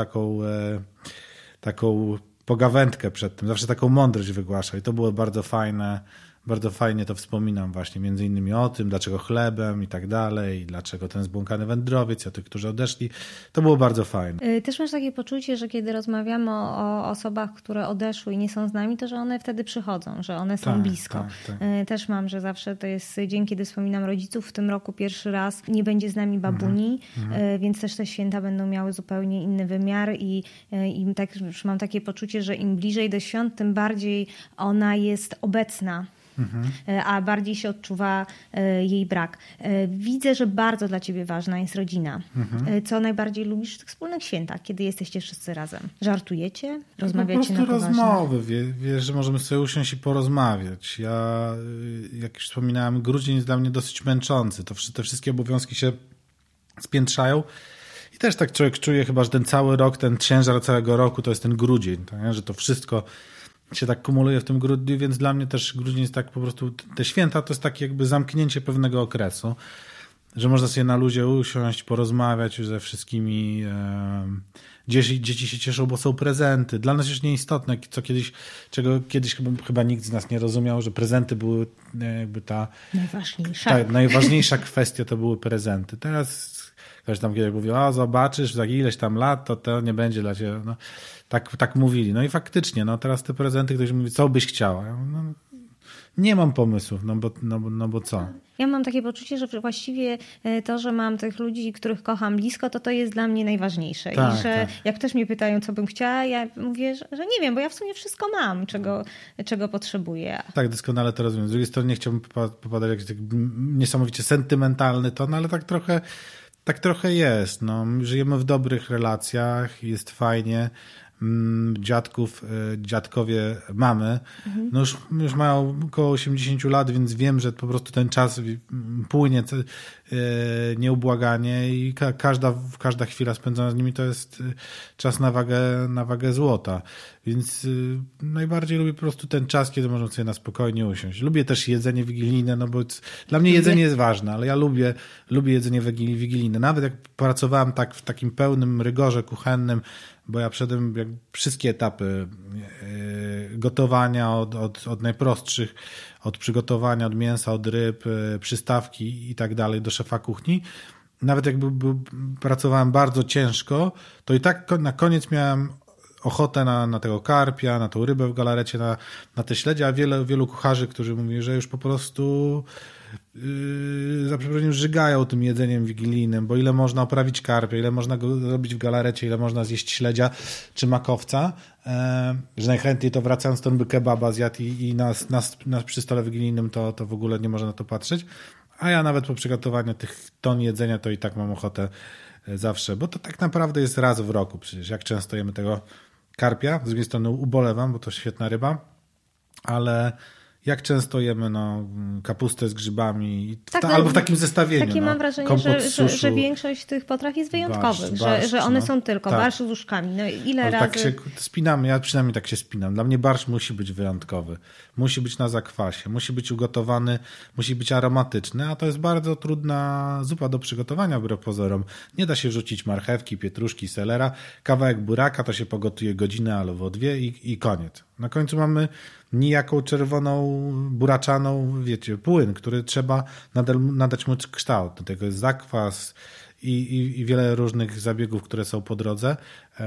[SPEAKER 3] taką pogawędkę przed tym, zawsze taką mądrość wygłaszał i to było bardzo fajne. Bardzo fajnie to wspominam właśnie, między innymi o tym, dlaczego chlebem i tak dalej, dlaczego ten zbłąkany wędrowiec, a tych, którzy odeszli. To było bardzo fajne.
[SPEAKER 2] Też masz takie poczucie, że kiedy rozmawiamy o osobach, które odeszły i nie są z nami, to że one wtedy przychodzą, że one są blisko. Tak. Też mam, że zawsze to jest dzień, kiedy wspominam rodziców. W tym roku pierwszy raz nie będzie z nami babuni, więc też te święta będą miały zupełnie inny wymiar i tak już mam takie poczucie, że im bliżej do świąt, tym bardziej ona jest obecna. A bardziej się odczuwa jej brak. Widzę, że bardzo dla ciebie ważna jest rodzina. Co najbardziej lubisz w tych wspólnych świętach, kiedy jesteście wszyscy razem? Żartujecie? Rozmawiacie na poważnie?
[SPEAKER 3] Rozmowy. Wiesz, że możemy sobie usiąść i porozmawiać. Ja, jak już wspominałem, grudzień jest dla mnie dosyć męczący. Te wszystkie obowiązki się spiętrzają. I też tak człowiek czuje chyba, że ten cały rok, ten ciężar całego roku to jest ten grudzień. Tak? Że to wszystko się tak kumuluje w tym grudniu, więc dla mnie też grudzień jest tak po prostu, te święta to jest takie jakby zamknięcie pewnego okresu, że można sobie na luzie usiąść, porozmawiać ze wszystkimi. Dzieci się cieszą, bo są prezenty. Dla nas już nieistotne, czego kiedyś chyba nikt z nas nie rozumiał, że prezenty były jakby najważniejsza kwestia to były prezenty. Teraz ktoś tam kiedyś mówił, zobaczysz, za ileś tam lat, to nie będzie dla ciebie. No, tak mówili. No i faktycznie, teraz te prezenty, ktoś mówi, co byś chciała? Nie mam pomysłów, bo co?
[SPEAKER 2] Ja mam takie poczucie, że właściwie to, że mam tych ludzi, których kocham blisko, to jest dla mnie najważniejsze.
[SPEAKER 3] Tak,
[SPEAKER 2] i że jak też mnie pytają, co bym chciała, ja mówię, że nie wiem, bo ja w sumie wszystko mam, czego potrzebuję.
[SPEAKER 3] Tak, doskonale to rozumiem. Z drugiej strony nie chciałbym popadać w jakiś tak niesamowicie sentymentalny ton, ale tak trochę jest. Żyjemy w dobrych relacjach, jest fajnie. Dziadkowie mamy, już mają około 80 lat, więc wiem, że po prostu ten czas płynie nieubłaganie i każda chwila spędzona z nimi to jest czas na wagę złota. Więc najbardziej lubię po prostu ten czas, kiedy możemy sobie na spokojnie usiąść. Lubię też jedzenie wigilijne, bo dla mnie jedzenie jest ważne, ale ja lubię jedzenie wigilijne. Nawet jak pracowałem w takim pełnym rygorze kuchennym, bo ja przeszedłem wszystkie etapy gotowania od najprostszych, od przygotowania, od mięsa, od ryb, przystawki i tak dalej do szefa kuchni. Nawet jakby pracowałem bardzo ciężko, to i tak na koniec miałem ochotę na tego karpia, na tą rybę w galarecie, na te śledzie, a wielu kucharzy, którzy mówili, że już po prostu za przeproszeniem żygają tym jedzeniem wigilijnym, bo ile można oprawić karpia, ile można go robić w galarecie, ile można zjeść śledzia czy makowca, że najchętniej to wracając to by kebaba zjadł i nas przy stole wigilijnym to w ogóle nie można na to patrzeć, a ja nawet po przygotowaniu tych ton jedzenia to i tak mam ochotę zawsze, bo to tak naprawdę jest raz w roku przecież, jak często jemy tego karpia, z drugiej strony ubolewam, bo to świetna ryba, ale jak często jemy kapustę z grzybami albo w takim zestawieniu.
[SPEAKER 2] Takie mam wrażenie, że większość tych potraw jest wyjątkowych, że one są tylko barszcz z łóżkami. Ile razy...
[SPEAKER 3] Tak się spinam, ja przynajmniej tak się spinam. Dla mnie barszcz musi być wyjątkowy. Musi być na zakwasie, musi być ugotowany, musi być aromatyczny, a to jest bardzo trudna zupa do przygotowania wbrew pozorom. Nie da się rzucić marchewki, pietruszki, selera, kawałek buraka, to się pogotuje godzinę albo dwie i koniec. Na końcu mamy nijaką czerwoną, buraczaną, płyn, który trzeba nadać mu kształt. Do tego jest zakwas i wiele różnych zabiegów, które są po drodze.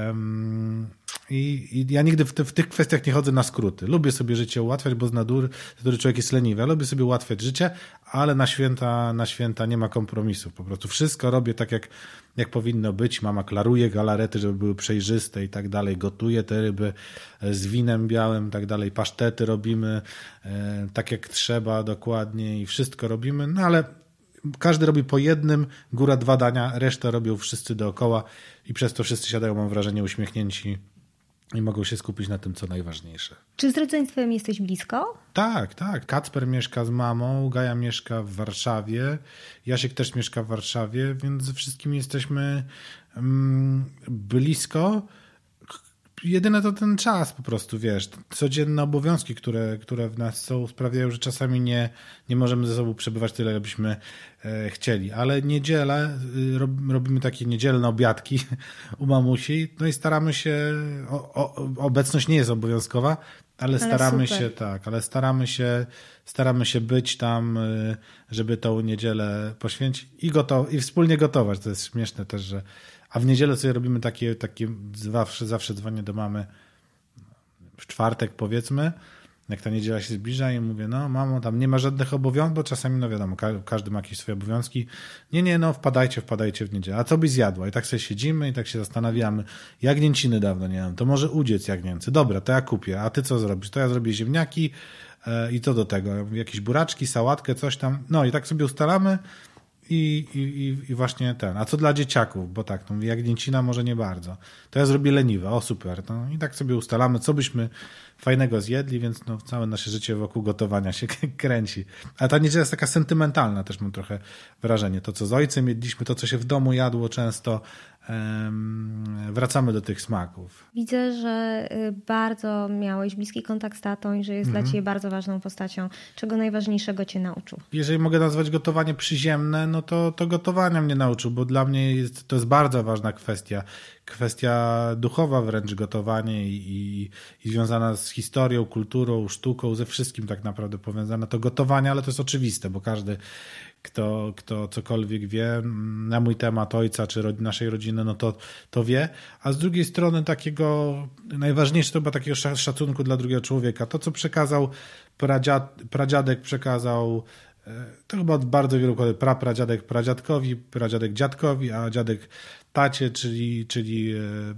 [SPEAKER 3] I ja nigdy w tych kwestiach nie chodzę na skróty. Lubię sobie życie ułatwiać, bo z natury człowiek jest leniwy. Ja lubię sobie ułatwiać życie, ale na święta nie ma kompromisów. Po prostu wszystko robię tak, jak powinno być. Mama klaruje galarety, żeby były przejrzyste i tak dalej. Gotuje te ryby z winem białym i tak dalej. Pasztety robimy tak, jak trzeba dokładnie i wszystko robimy. Ale każdy robi po jednym, góra 2 dania, resztę robią wszyscy dookoła i przez to wszyscy siadają, mam wrażenie, uśmiechnięci i mogą się skupić na tym, co najważniejsze.
[SPEAKER 2] Czy z rodzeństwem jesteś blisko?
[SPEAKER 3] Tak. Kacper mieszka z mamą, Gaja mieszka w Warszawie, Jasiek też mieszka w Warszawie, więc ze wszystkimi jesteśmy blisko. jedyne to ten czas po prostu, wiesz, codzienne obowiązki, które w nas są, sprawiają, że czasami nie możemy ze sobą przebywać tyle, jakbyśmy chcieli. Ale niedzielę, robimy takie niedzielne obiadki u mamusi, no i staramy się, obecność nie jest obowiązkowa, ale staramy się, tak, ale staramy się być tam, żeby tą niedzielę poświęcić i wspólnie gotować. To jest śmieszne też, że a w niedzielę sobie robimy takie zawsze dzwonię do mamy w czwartek, powiedzmy, jak ta niedziela się zbliża i mówię, no mamo, tam nie ma żadnych obowiązków, bo czasami, no wiadomo, każdy ma jakieś swoje obowiązki. Nie, no wpadajcie w niedzielę. A co byś zjadła? I tak sobie siedzimy i tak się zastanawiamy. Jagnięciny dawno nie mam, to może udziec jagnięcy. Dobra, to ja kupię. A ty co zrobisz? To ja zrobię ziemniaki i to do tego. Jakieś buraczki, sałatkę, coś tam. No i tak sobie ustalamy. I właśnie ten. A co dla dzieciaków? Bo tak, no, jagnięcina może nie bardzo. To ja zrobię leniwe. O, super. No, i tak sobie ustalamy, co byśmy fajnego zjedli, więc no, całe nasze życie wokół gotowania się kręci. A ta niedziela jest taka sentymentalna, też mam trochę wrażenie. To, co z ojcem jedliśmy, to, co się w domu jadło często, wracamy do tych smaków.
[SPEAKER 2] Widzę, że bardzo miałeś bliski kontakt z tatą i że jest dla ciebie bardzo ważną postacią. Czego najważniejszego cię nauczył?
[SPEAKER 3] Jeżeli mogę nazwać gotowanie przyziemne, no to gotowania mnie nauczył, bo dla mnie to jest bardzo ważna kwestia duchowa wręcz, gotowanie i związana z historią, kulturą, sztuką, ze wszystkim tak naprawdę powiązana. To gotowanie, ale to jest oczywiste, bo każdy kto cokolwiek wie na mój temat ojca czy naszej rodziny, no to wie. A z drugiej strony takiego najważniejsze to chyba takiego szacunku dla drugiego człowieka. To, co przekazał pradziadek przekazał, to chyba od bardzo wielu kolei, pradziadek pradziadkowi, pradziadek dziadkowi, a dziadek tacie, czyli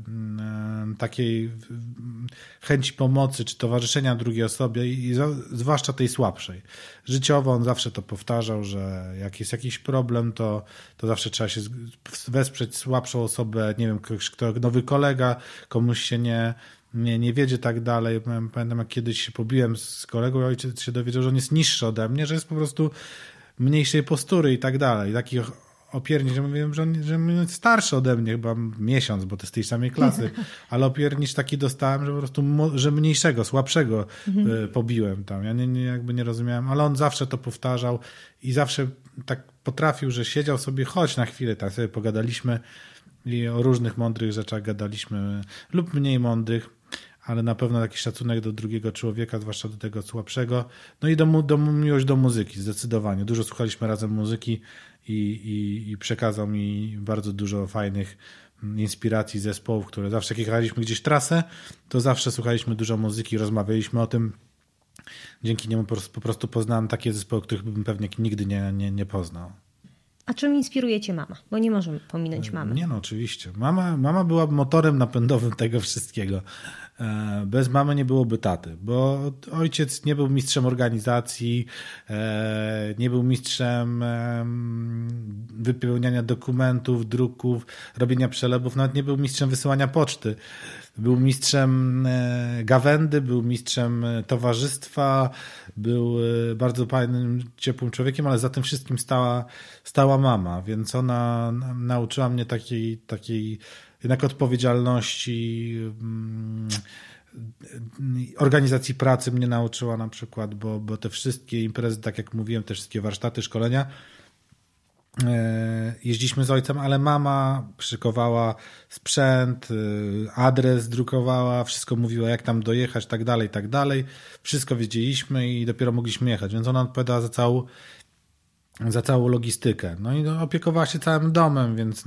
[SPEAKER 3] takiej chęci pomocy czy towarzyszenia drugiej osobie i zwłaszcza tej słabszej. Życiowo on zawsze to powtarzał, że jak jest jakiś problem, to zawsze trzeba się wesprzeć słabszą osobę, nie wiem, kto nowy kolega, komuś się nie wiedzie tak dalej. Pamiętam, jak kiedyś się pobiłem z kolegą i ojciec się dowiedział, że on jest niższy ode mnie, że jest po prostu mniejszej postury i tak dalej. Takich opiernicz, że mówiłem, że on jest starszy ode mnie, chyba miesiąc, bo to z tej samej klasy, ale opiernicz taki dostałem, że po prostu że mniejszego, słabszego pobiłem tam. Ja jakby nie rozumiałem, ale on zawsze to powtarzał i zawsze tak potrafił, że siedział sobie, chodź na chwilę, tak sobie pogadaliśmy i o różnych mądrych rzeczach gadaliśmy lub mniej mądrych, ale na pewno taki szacunek do drugiego człowieka, zwłaszcza do tego słabszego. No i miłość do muzyki, zdecydowanie. Dużo słuchaliśmy razem muzyki i przekazał mi bardzo dużo fajnych inspiracji zespołów, które zawsze jak jechaliśmy gdzieś trasę, to zawsze słuchaliśmy dużo muzyki, rozmawialiśmy o tym. Dzięki niemu po prostu poznałem takie zespoły, których bym pewnie nigdy nie poznał.
[SPEAKER 2] A czym inspiruje cię mama? Bo nie możemy pominąć mamy.
[SPEAKER 3] Nie, no oczywiście. Mama była motorem napędowym tego wszystkiego. Bez mamy nie byłoby taty, bo ojciec nie był mistrzem organizacji, nie był mistrzem wypełniania dokumentów, druków, robienia przelewów, nawet nie był mistrzem wysyłania poczty. Był mistrzem gawędy, był mistrzem towarzystwa, był bardzo fajnym, ciepłym człowiekiem, ale za tym wszystkim stała mama, więc ona nauczyła mnie takiej jednak odpowiedzialności, organizacji pracy mnie nauczyła na przykład, bo te wszystkie imprezy, tak jak mówiłem, te wszystkie warsztaty, szkolenia, jeździliśmy z ojcem, ale mama szykowała sprzęt, adres drukowała, wszystko mówiła, jak tam dojechać, tak dalej. Wszystko wiedzieliśmy i dopiero mogliśmy jechać, więc ona odpowiadała za całą logistykę. No i opiekowała się całym domem, więc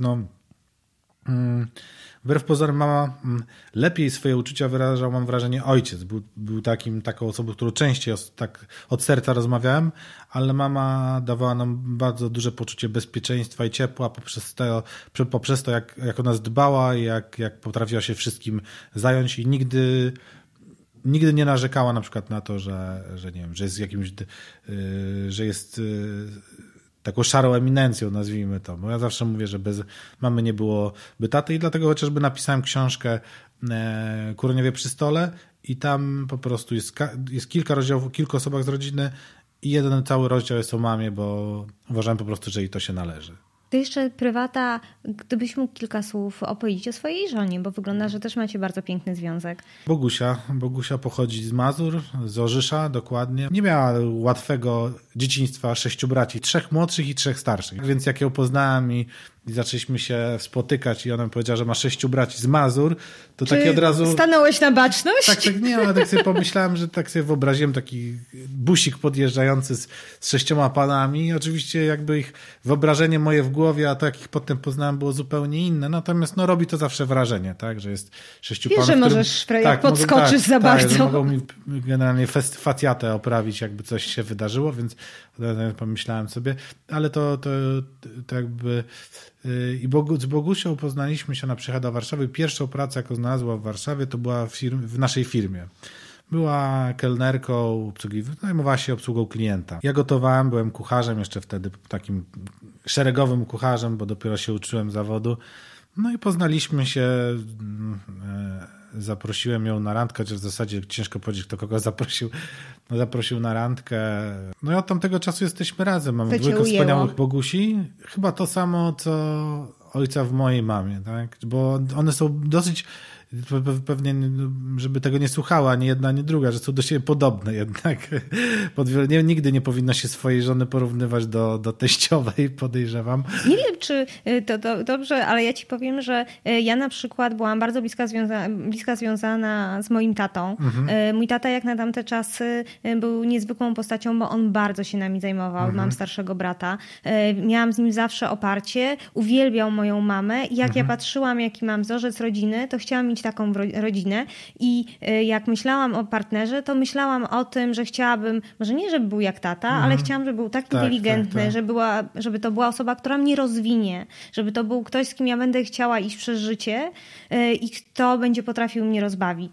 [SPEAKER 3] wbrew pozorom mama lepiej swoje uczucia wyrażał, mam wrażenie, ojciec. Był taką osobą, którą częściej tak od serca rozmawiałem, ale mama dawała nam bardzo duże poczucie bezpieczeństwa i ciepła poprzez to jak o nas dbała i jak potrafiła się wszystkim zająć i nigdy nie narzekała na przykład na to, że nie wiem, że jest że jest taką szarą eminencją, nazwijmy to. Bo ja zawsze mówię, że bez mamy nie byłoby taty i dlatego chociażby napisałem książkę Kuroniowie przy stole i tam po prostu jest kilka rozdziałów o kilku osobach z rodziny i jeden cały rozdział jest o mamie, bo uważałem po prostu, że jej to się należy.
[SPEAKER 2] To jeszcze prywata, gdybyś mógł kilka słów opowiedzieć o swojej żonie, bo wygląda, że też macie bardzo piękny związek.
[SPEAKER 3] Bogusia pochodzi z Mazur, z Orzysza dokładnie. Nie miała łatwego dzieciństwa, 6 braci, 3 młodszych i 3 starszych. Więc jak ją poznałem i zaczęliśmy się spotykać i ona mi powiedziała, że ma 6 braci z Mazur, to takie od razu...
[SPEAKER 2] stanąłeś na baczność?
[SPEAKER 3] Tak, nie, ale tak sobie pomyślałem, że tak sobie wyobraziłem taki busik podjeżdżający z 6 panami i oczywiście jakby ich wyobrażenie moje w głowie, a to jak ich potem poznałem było zupełnie inne, natomiast robi to zawsze wrażenie, tak, że jest 6 panów.
[SPEAKER 2] Wiesz, że możesz, jak podskoczysz za bardzo.
[SPEAKER 3] Że mogą mi generalnie facjatę oprawić, jakby coś się wydarzyło, więc pomyślałem sobie, ale to jakby... I z Bogusią poznaliśmy się, ona przyjechała do Warszawy. Pierwszą pracę, jaką znalazła w Warszawie, to była w naszej firmie. Była kelnerką, zajmowała się obsługą klienta. Ja gotowałem, byłem kucharzem jeszcze wtedy, takim szeregowym kucharzem, bo dopiero się uczyłem zawodu. No i poznaliśmy się, zaprosiłem ją na randkę, chociaż w zasadzie ciężko powiedzieć, kto kogo zaprosił. Zaprosił na randkę. No i od tamtego czasu jesteśmy razem. Mamy dwójkę wspaniałych Bogusi. Chyba to samo, co ojca w mojej mamie, tak? Bo one są dosyć, pewnie, żeby tego nie słuchała ani jedna, ani druga, że są do siebie podobne jednak. Nigdy nie powinno się swojej żony porównywać do teściowej, podejrzewam.
[SPEAKER 2] Nie wiem, czy to dobrze, ale ja ci powiem, że ja na przykład byłam bardzo blisko związana z moim tatą. Mój tata jak na tamte czasy był niezwykłą postacią, bo on bardzo się nami zajmował. Mam starszego brata. Miałam z nim zawsze oparcie. Uwielbiał moją mamę. I jak ja patrzyłam, jaki mam wzorzec rodziny, to chciałam mieć taką rodzinę. I jak myślałam o partnerze, to myślałam o tym, że chciałabym, może nie, żeby był jak tata, ale chciałam, żeby był tak inteligentny, żeby to była osoba, która mnie rozwinie, żeby to był ktoś, z kim ja będę chciała iść przez życie i kto będzie potrafił mnie rozbawić.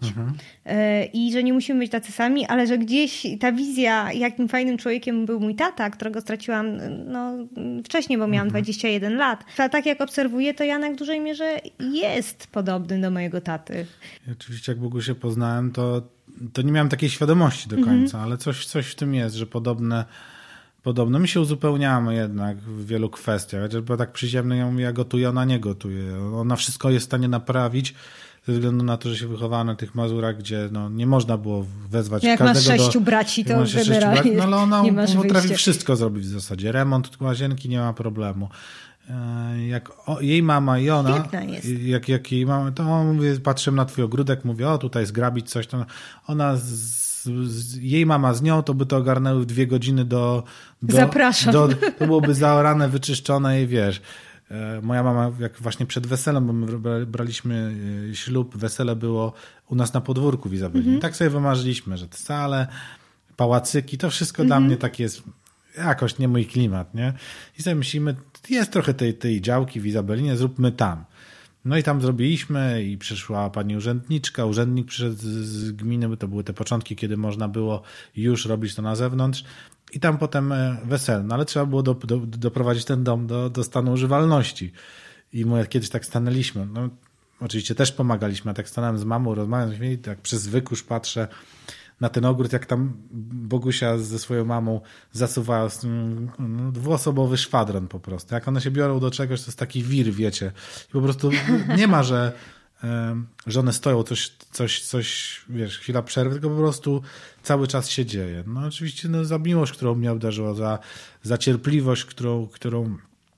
[SPEAKER 2] I że nie musimy być tacy sami, ale że gdzieś ta wizja, jakim fajnym człowiekiem był mój tata, którego straciłam wcześniej, bo miałam 21 lat. A tak jak obserwuję, to Janek w dużej mierze jest podobny do mojego taty.
[SPEAKER 3] I oczywiście jak Bogusię poznałem, to nie miałem takiej świadomości do końca, ale coś w tym jest, że podobno my się uzupełniamy jednak w wielu kwestiach. Chociażby tak przyziemny, ja mówię, ja gotuję, ona nie gotuje. Ona wszystko jest w stanie naprawić, ze względu na to, że się wychowała na tych Mazurach, gdzie nie można było wezwać
[SPEAKER 2] jak
[SPEAKER 3] każdego
[SPEAKER 2] masz 6 braci, to generalnie
[SPEAKER 3] ale ona
[SPEAKER 2] nie masz
[SPEAKER 3] potrafi
[SPEAKER 2] wyjścia.
[SPEAKER 3] wszystko zrobić w zasadzie. Remont łazienki nie ma problemu. Jak jej mama i ona, jak jej mama, to mówię, patrzę na twój ogródek, mówię, tutaj zgrabić coś, to ona jej mama z nią, to by to ogarnęły w 2 godziny
[SPEAKER 2] Zapraszam.
[SPEAKER 3] To byłoby zaorane, wyczyszczone i wiesz. Moja mama, jak właśnie przed weselem, bo my braliśmy ślub, wesele było u nas na podwórku w Izabeli. Tak sobie wymarzyliśmy, że te sale, pałacyki, to wszystko dla mnie tak jest jakoś nie mój klimat, nie? I sobie myślimy, jest trochę tej działki w Izabelinie, zróbmy tam. No i tam zrobiliśmy i przyszła pani urzędniczka, urzędnik przyszedł z gminy, bo to były te początki, kiedy można było już robić to na zewnątrz. I tam potem weselne, ale trzeba było doprowadzić ten dom do stanu używalności. I my kiedyś tak stanęliśmy. No, oczywiście też pomagaliśmy, a tak stanąłem z mamą, rozmawiając i tak przez wykusz patrzę na ten ogród, jak tam Bogusia ze swoją mamą zasuwa 2-osobowy szwadron po prostu. Jak one się biorą do czegoś, to jest taki wir, wiecie. I po prostu nie ma, że one stoją, coś, wiesz, chwila przerwy, tylko po prostu cały czas się dzieje. No oczywiście za miłość, którą mnie obdarzyła, za cierpliwość, którą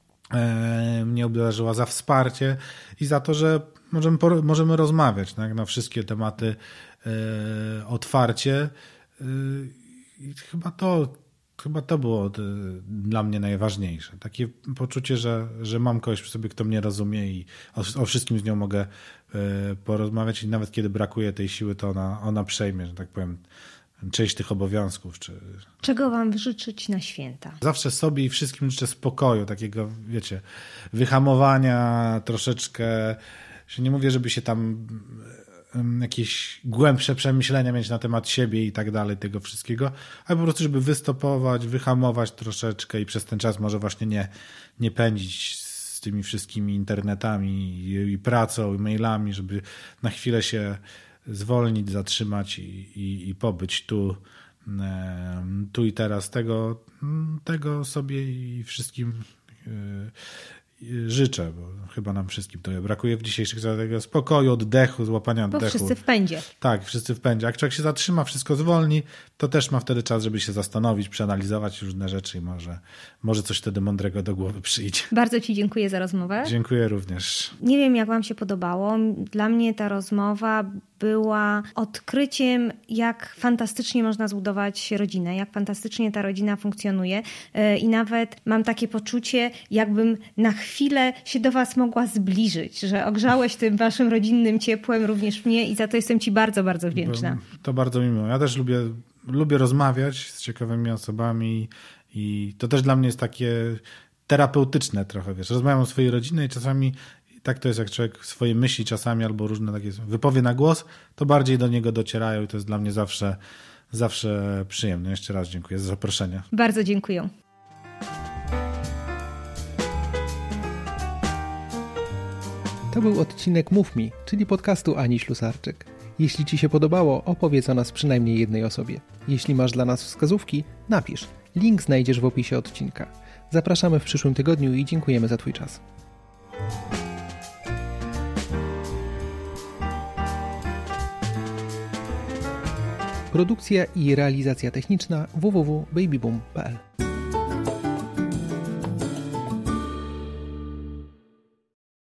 [SPEAKER 3] mnie obdarzyła, za wsparcie i za to, że możemy rozmawiać na wszystkie tematy otwarcie. I chyba to było dla mnie najważniejsze. Takie poczucie, że mam kogoś przy sobie, kto mnie rozumie i o wszystkim z nią mogę porozmawiać i nawet kiedy brakuje tej siły, to ona przejmie, że tak powiem, część tych obowiązków.
[SPEAKER 2] Czego wam życzyć na święta?
[SPEAKER 3] Zawsze sobie i wszystkim życzę spokoju, takiego, wiecie, wyhamowania troszeczkę. Nie mówię, żeby się tam jakieś głębsze przemyślenia mieć na temat siebie i tak dalej, tego wszystkiego, ale po prostu, żeby wystopować, wyhamować troszeczkę i przez ten czas może właśnie nie pędzić z tymi wszystkimi internetami i pracą, i mailami, żeby na chwilę się zwolnić, zatrzymać i pobyć tu i teraz. Tego sobie i wszystkim życzę, bo chyba nam wszystkim trochę brakuje w dzisiejszych czasach tego spokoju, oddechu, złapania oddechu.
[SPEAKER 2] Bo wszyscy w pędzie.
[SPEAKER 3] Tak, wszyscy w pędzie. Jak człowiek się zatrzyma, wszystko zwolni, to też ma wtedy czas, żeby się zastanowić, przeanalizować różne rzeczy i może coś wtedy mądrego do głowy przyjdzie.
[SPEAKER 2] Bardzo Ci dziękuję za rozmowę.
[SPEAKER 3] Dziękuję również.
[SPEAKER 2] Nie wiem, jak Wam się podobało. Dla mnie ta rozmowa była odkryciem, jak fantastycznie można zbudować rodzinę, jak fantastycznie ta rodzina funkcjonuje i nawet mam takie poczucie, jakbym na chwilę się do Was mogła zbliżyć, że ogrzałeś tym Waszym rodzinnym ciepłem również mnie i za to jestem Ci bardzo, bardzo wdzięczna.
[SPEAKER 3] To bardzo mi miło. Ja też lubię rozmawiać z ciekawymi osobami i to też dla mnie jest takie terapeutyczne trochę, wiesz. Rozmawiam o swojej rodzinie i czasami tak to jest, jak człowiek swoje myśli czasami albo różne takie wypowie na głos, to bardziej do niego docierają i to jest dla mnie zawsze przyjemne. Jeszcze raz dziękuję za zaproszenie.
[SPEAKER 2] Bardzo dziękuję.
[SPEAKER 1] To był odcinek Mów Mi, czyli podcastu Ani Ślusarczyk. Jeśli Ci się podobało, opowiedz o nas przynajmniej jednej osobie. Jeśli masz dla nas wskazówki, napisz. Link znajdziesz w opisie odcinka. Zapraszamy w przyszłym tygodniu i dziękujemy za Twój czas. Produkcja i realizacja techniczna www.babyboom.pl